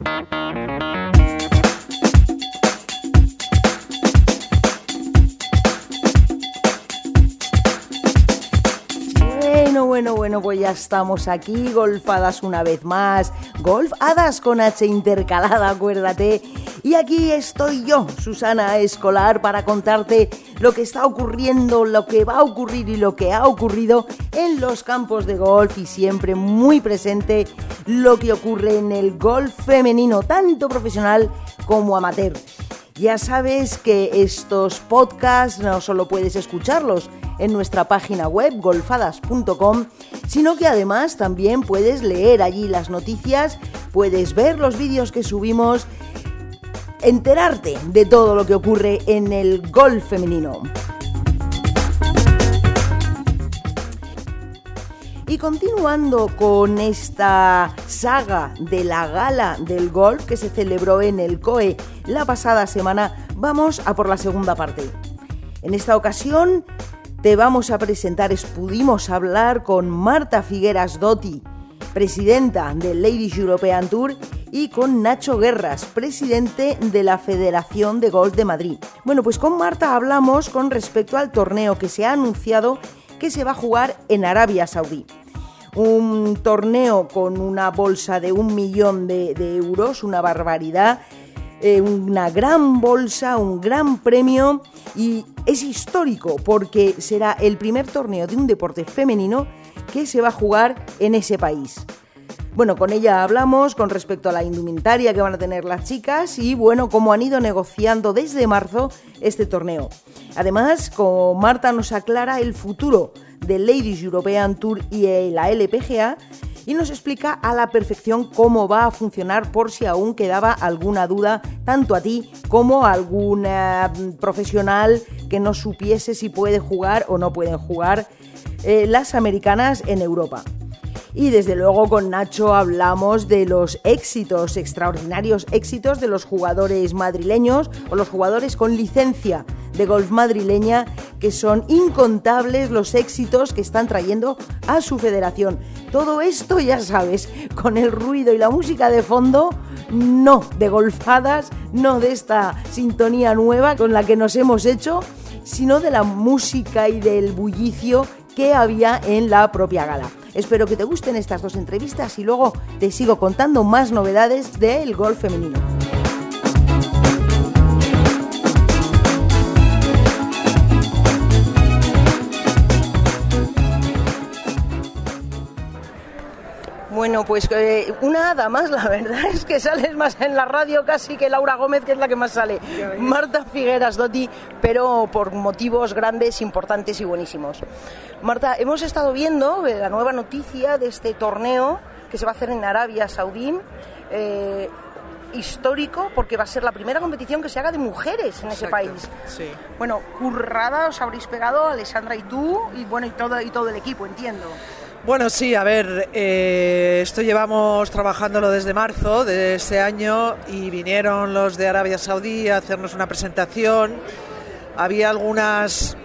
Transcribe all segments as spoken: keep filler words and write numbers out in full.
Bueno, bueno, bueno, pues ya estamos aquí, golfadas una vez más, golfadas con H intercalada, acuérdate. Y aquí estoy yo, Susana Escolar, para contarte lo que está ocurriendo, lo que va a ocurrir y lo que ha ocurrido en los campos de golf, y siempre muy presente lo que ocurre en el golf femenino, tanto profesional como amateur. Ya sabes que estos podcasts no solo puedes escucharlos en nuestra página web golfadas punto com, sino que además también puedes leer allí las noticias, puedes ver los vídeos que subimos, enterarte de todo lo que ocurre en el golf femenino. Y continuando con esta saga de la gala del golf que se celebró en el C O E la pasada semana, vamos a por la segunda parte. En esta ocasión te vamos a presentar, pudimos hablar con Marta Figueras Dotti, presidenta del Ladies European Tour, y con Nacho Guerras, presidente de la Federación de Golf de Madrid. Bueno, pues con Marta hablamos con respecto al torneo que se ha anunciado que se va a jugar en Arabia Saudí. Un torneo con una bolsa de un millón de, de euros, una barbaridad, eh, una gran bolsa, un gran premio, y es histórico porque será el primer torneo de un deporte femenino que se va a jugar en ese país. Bueno, con ella hablamos con respecto a la indumentaria que van a tener las chicas y, bueno, cómo han ido negociando desde marzo este torneo. Además, con Marta nos aclara el futuro del Ladies European Tour y la L P G A y nos explica a la perfección cómo va a funcionar, por si aún quedaba alguna duda, tanto a ti como a algún eh, profesional que no supiese si puede jugar o no pueden jugar eh, las americanas en Europa. Y desde luego con Nacho hablamos de los éxitos, extraordinarios éxitos de los jugadores madrileños o los jugadores con licencia de golf madrileña, que son incontables los éxitos que están trayendo a su federación. Todo esto, ya sabes, con el ruido y la música de fondo, no de golfadas, no de esta sintonía nueva con la que nos hemos hecho, sino de la música y del bullicio que había en la propia gala. Espero que te gusten estas dos entrevistas y luego te sigo contando más novedades del golf femenino. Bueno, pues eh, una hada más, la verdad es que sales más en la radio casi que Laura Gómez, que es la que más sale. Marta Figueras Dotti, pero por motivos grandes, importantes y buenísimos. Marta, hemos estado viendo la nueva noticia de este torneo que se va a hacer en Arabia Saudí, eh, histórico, porque va a ser la primera competición que se haga de mujeres en ese Exacto, país. Sí. Bueno, currada os habréis pegado, Alessandra y tú, y bueno, y todo, y todo el equipo, entiendo. Bueno, sí, a ver, eh, esto llevamos trabajándolo desde marzo de este año y vinieron los de Arabia Saudí a hacernos una presentación. Había algunas,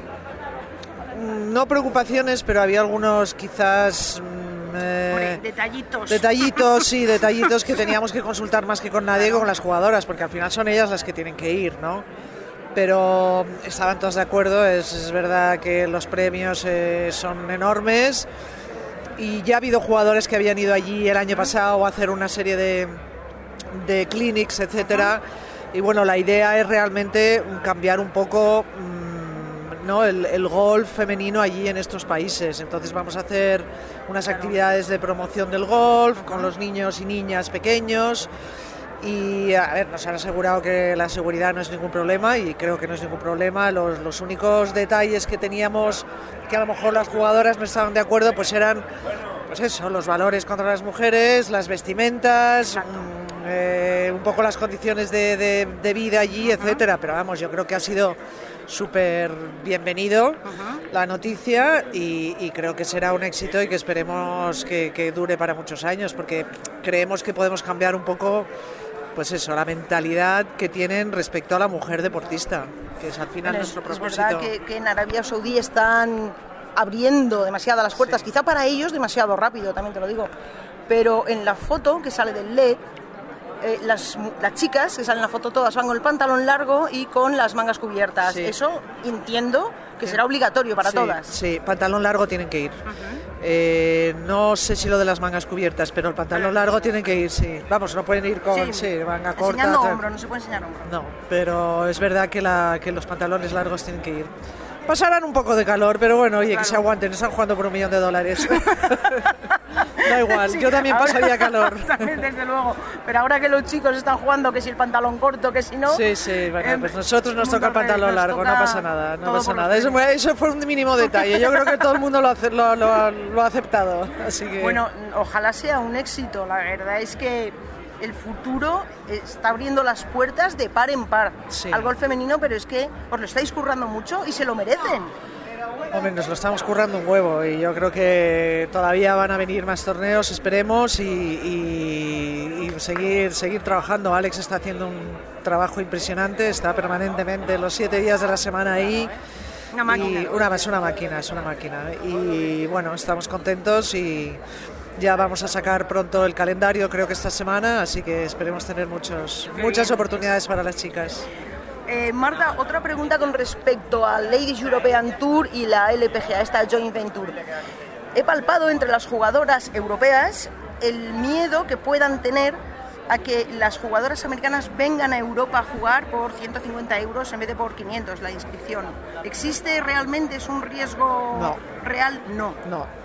no preocupaciones, pero había algunos quizás... Eh, Hombre, detallitos. Detallitos, sí, detallitos que teníamos que consultar más que con nadie, con las jugadoras, porque al final son ellas las que tienen que ir, ¿no? Pero estaban todas de acuerdo, es, es verdad que los premios eh, son enormes. Y ya ha habido jugadores que habían ido allí el año pasado a hacer una serie de, de clinics, etcétera. Y bueno, la idea es realmente cambiar un poco mmm, ¿no? el, el golf femenino allí en estos países. Entonces vamos a hacer unas actividades de promoción del golf con los niños y niñas pequeños. Y a ver, nos han asegurado que la seguridad no es ningún problema y creo que no es ningún problema. Los, los únicos detalles que teníamos que a lo mejor las jugadoras no estaban de acuerdo, pues eran pues eso, los valores contra las mujeres, las vestimentas, mmm, eh, un poco las condiciones de, de, de vida allí, etcétera. Pero vamos, yo creo que ha sido súper bienvenido uh-huh. la noticia y, y creo que será un éxito y que esperemos que, que dure para muchos años, porque creemos que podemos cambiar un poco pues eso, la mentalidad que tienen respecto a la mujer deportista, que es al final es, nuestro propósito. Es verdad que, que en Arabia Saudí están abriendo demasiado las puertas, sí. Quizá para ellos demasiado rápido, también te lo digo, pero en la foto que sale del L E D eh, las, las chicas que salen en la foto todas van con el pantalón largo y con las mangas cubiertas. Sí. Eso entiendo que será obligatorio para sí, todas. Sí, pantalón largo tienen que ir. Uh-huh. Eh, no sé si lo de las mangas cubiertas, pero el pantalón largo tienen que ir, sí. Vamos, no pueden ir con sí, sí, manga corta. Enseñando hombro, no se puede enseñar hombro. No, pero es verdad que, la, que los pantalones largos tienen que ir. Pasarán un poco de calor, pero bueno, oye, claro, que se aguanten, están jugando por un millón de dólares. Da igual, sí, yo también ahora, pasaría calor. También, desde luego. Pero ahora que los chicos están jugando, que si el pantalón corto, que si no... Sí, sí, bueno, eh, pues nosotros nos toca el pantalón largo, no pasa nada, no pasa nada. Eso, eso fue un mínimo detalle, yo creo que todo el mundo lo, hace, lo, lo, lo ha aceptado, así que... Bueno, ojalá sea un éxito, la verdad es que el futuro está abriendo las puertas de par en par sí. al golf femenino, pero es que os lo estáis currando mucho y se lo merecen. Hombre, nos lo estamos currando un huevo y yo creo que todavía van a venir más torneos, esperemos, y, y, y seguir, seguir trabajando. Alex está haciendo un trabajo impresionante, está permanentemente los siete días de la semana ahí. Una máquina. Y una, es una máquina, es una máquina. Y bueno, estamos contentos y ya vamos a sacar pronto el calendario, creo que esta semana, así que esperemos tener muchos, muchas oportunidades para las chicas. Eh, Marta, otra pregunta con respecto al Ladies European Tour y la L P G A, esta Joint Venture. He palpado entre las jugadoras europeas el miedo que puedan tener a que las jugadoras americanas vengan a Europa a jugar por ciento cincuenta euros en vez de por quinientos la inscripción. ¿Existe realmente? ¿Es un riesgo no. real? No. No.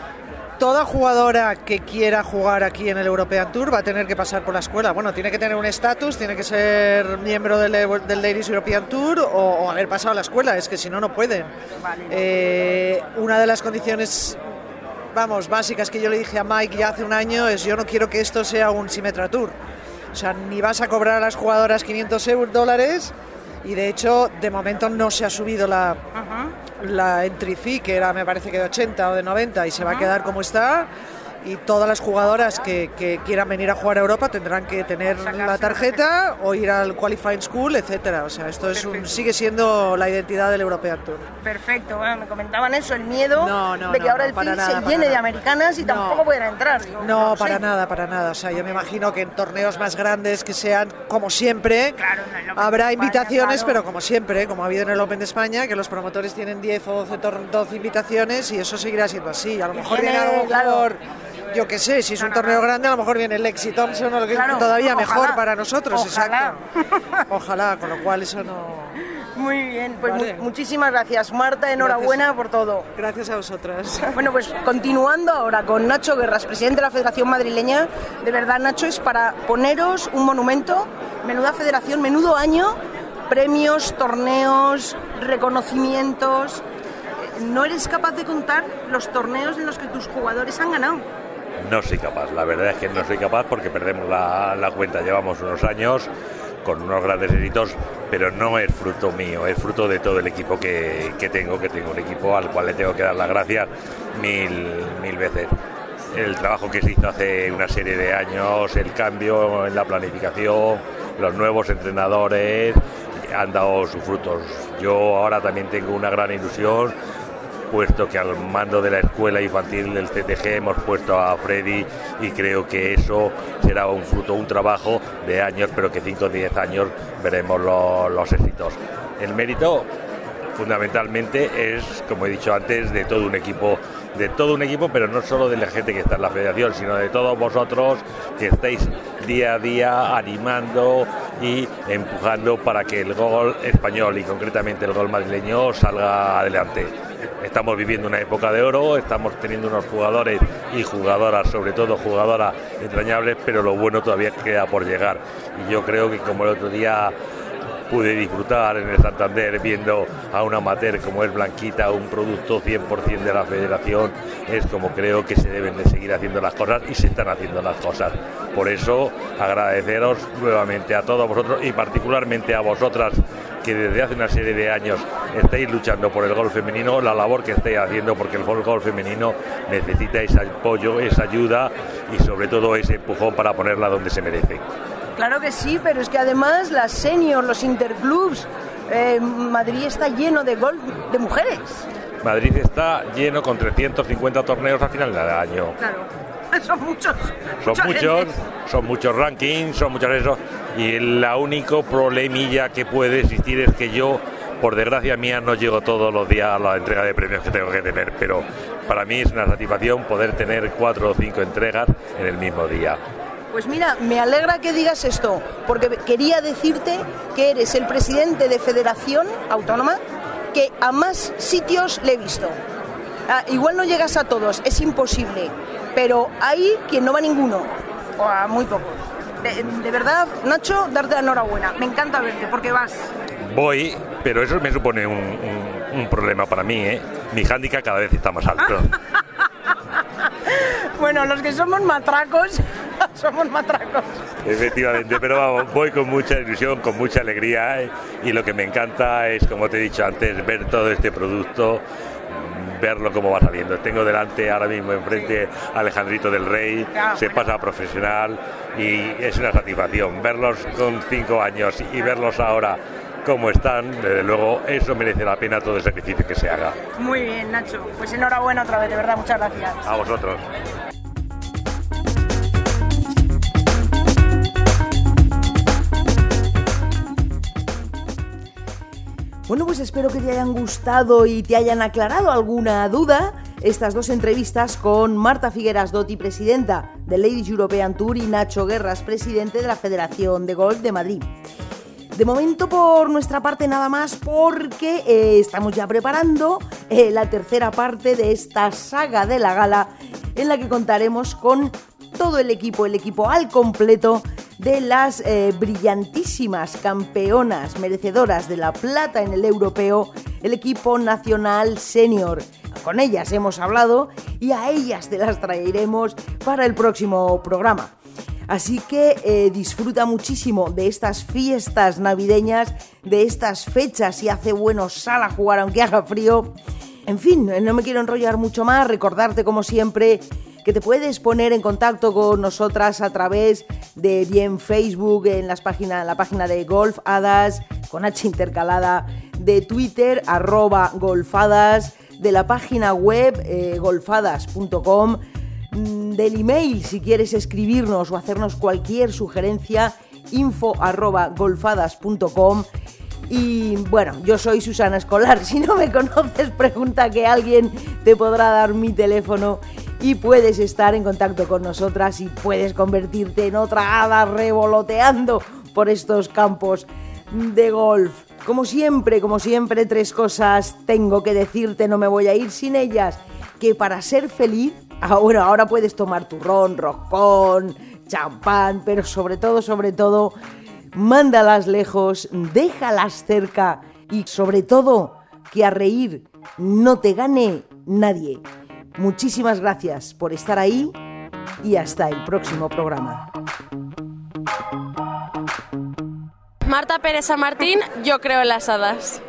Toda jugadora que quiera jugar aquí en el European Tour va a tener que pasar por la escuela. Bueno, tiene que tener un estatus, tiene que ser miembro del, del Ladies European Tour o, o haber pasado la escuela, es que si no, no pueden. Vale. Eh, una de las condiciones, vamos, básicas que yo le dije a Mike ya hace un año es: yo no quiero que esto sea un Symetra Tour. O sea, ni vas a cobrar a las jugadoras quinientos dólares, y de hecho, de momento no se ha subido la... Uh-huh. la entry fee, que era, me parece que de ochenta o de noventa, y se va a quedar como está, y todas las jugadoras que, que quieran venir a jugar a Europa tendrán que tener la tarjeta o ir al qualifying school, etcétera. O sea, esto es un, sigue siendo la identidad del European Tour. Perfecto, bueno, me comentaban eso, el miedo no, no, de que no, ahora no, el field nada, se llene nada. de americanas y no, tampoco pueden entrar. Digo, no, no para sé. nada, para nada. O sea, yo me imagino que en torneos más grandes que sean, como siempre, claro, no, habrá España, invitaciones, claro. pero como siempre, como ha habido en el Open de España, que los promotores tienen diez o doce, doce invitaciones, y eso seguirá siendo así. A lo mejor viene, viene a lo mejor... Claro. Yo qué sé, si es no, un no, torneo no. grande, a lo mejor viene Lexi Thompson o lo que claro, todavía ojalá, mejor para nosotros, ojalá. exacto. Ojalá, con lo cual eso no... Muy bien, pues vale. mu- muchísimas gracias, Marta, enhorabuena gracias. por todo. Gracias a vosotras. Bueno, pues continuando ahora con Nacho Guerras, presidente de la Federación Madrileña. De verdad, Nacho, es para poneros un monumento, menuda federación, menudo año, premios, torneos, reconocimientos. ¿No eres capaz de contar los torneos en los que tus jugadores han ganado? No soy capaz, la verdad es que no soy capaz porque perdemos la, la cuenta, llevamos unos años con unos grandes éxitos, pero no es fruto mío, es fruto de todo el equipo que, que tengo, que tengo un equipo al cual le tengo que dar las gracias mil, mil veces. El trabajo que se hizo hace una serie de años, el cambio en la planificación, los nuevos entrenadores han dado sus frutos. Yo ahora también tengo una gran ilusión, puesto que al mando de la escuela infantil del C T G hemos puesto a Freddy, y creo que eso será un fruto, un trabajo de años, pero que cinco o diez años veremos lo, los éxitos. El mérito fundamentalmente es, como he dicho antes, de todo un equipo, de todo un equipo, pero no solo de la gente que está en la federación, sino de todos vosotros que estáis día a día animando y empujando para que el gol español y concretamente el gol madrileño salga adelante. Estamos viviendo una época de oro, estamos teniendo unos jugadores y jugadoras, sobre todo jugadoras entrañables, pero lo bueno todavía queda por llegar. Y yo creo que, como el otro día pude disfrutar en el Santander viendo a una amateur como es Blanquita, un producto cien por ciento de la federación, es como creo que se deben de seguir haciendo las cosas, y se están haciendo las cosas. Por eso agradeceros nuevamente a todos vosotros, y particularmente a vosotras, que desde hace una serie de años estáis luchando por el golf femenino, la labor que estáis haciendo, porque el golf femenino necesita ese apoyo, esa ayuda y sobre todo ese empujón para ponerla donde se merece. Claro que sí, pero es que además las seniors, los interclubs, eh, Madrid está lleno de golf de mujeres. Madrid está lleno con trescientos cincuenta torneos a final del año. Claro. son muchos. Son muchos, son muchos rankings, son muchos eso. Y el único problemilla que puede existir es que yo, por desgracia mía, no llego todos los días a la entrega de premios que tengo que tener, pero para mí es una satisfacción poder tener cuatro o cinco entregas en el mismo día. Pues mira, me alegra que digas esto, porque quería decirte que eres el presidente de Federación Autónoma que a más sitios le he visto. Ah, igual no llegas a todos, es imposible, pero hay quien no va a ninguno, o a muy pocos. De, de verdad, Nacho, darte la enhorabuena, me encanta verte, porque vas... Voy, pero eso me supone un, un, un problema para mí, ¿eh? Mi hándicap cada vez está más alto. Bueno, los que somos matracos, somos matracos. Efectivamente, pero vamos, voy con mucha ilusión, con mucha alegría, ¿eh? Y lo que me encanta es, como te he dicho antes, ver todo este producto, verlo cómo va saliendo. Tengo delante ahora mismo enfrente a Alejandrito del Rey, se pasa a profesional y es una satisfacción. Verlos con cinco años y verlos ahora como están, desde luego eso merece la pena todo el sacrificio que se haga. Muy bien, Nacho, pues enhorabuena otra vez, de verdad, muchas gracias. A vosotros. Bueno, pues espero que te hayan gustado y te hayan aclarado alguna duda estas dos entrevistas con Marta Figueras Dotti, presidenta del Ladies European Tour, y Nacho Guerras, presidente de la Federación de Golf de Madrid. De momento, por nuestra parte, nada más, porque eh, estamos ya preparando eh, la tercera parte de esta saga de la gala, en la que contaremos con todo el equipo, el equipo al completo de las eh, brillantísimas campeonas merecedoras de la plata en el europeo, el equipo nacional senior. Con ellas hemos hablado y a ellas te las traeremos para el próximo programa. Así que eh, disfruta muchísimo de estas fiestas navideñas, de estas fechas, si hace bueno sal a jugar aunque haga frío. En fin, no me quiero enrollar mucho más, recordarte como siempre que te puedes poner en contacto con nosotras a través de bien Facebook, en las páginas, la página de Golfadas, con H intercalada, de Twitter, arroba golfadas, de la página web eh, golfadas punto com, del email si quieres escribirnos o hacernos cualquier sugerencia, info arroba golfadas punto com. Y bueno, yo soy Susana Escolar, si no me conoces pregunta que alguien te podrá dar mi teléfono y puedes estar en contacto con nosotras y puedes convertirte en otra hada revoloteando por estos campos de golf. Como siempre, como siempre, tres cosas tengo que decirte, no me voy a ir sin ellas, que para ser feliz, ahora, ahora puedes tomar turrón, roscón, champán, pero sobre todo, sobre todo, mándalas lejos, déjalas cerca y sobre todo, que a reír no te gane nadie. Muchísimas gracias por estar ahí y hasta el próximo programa. Marta Pérez San Martín, yo creo en las hadas.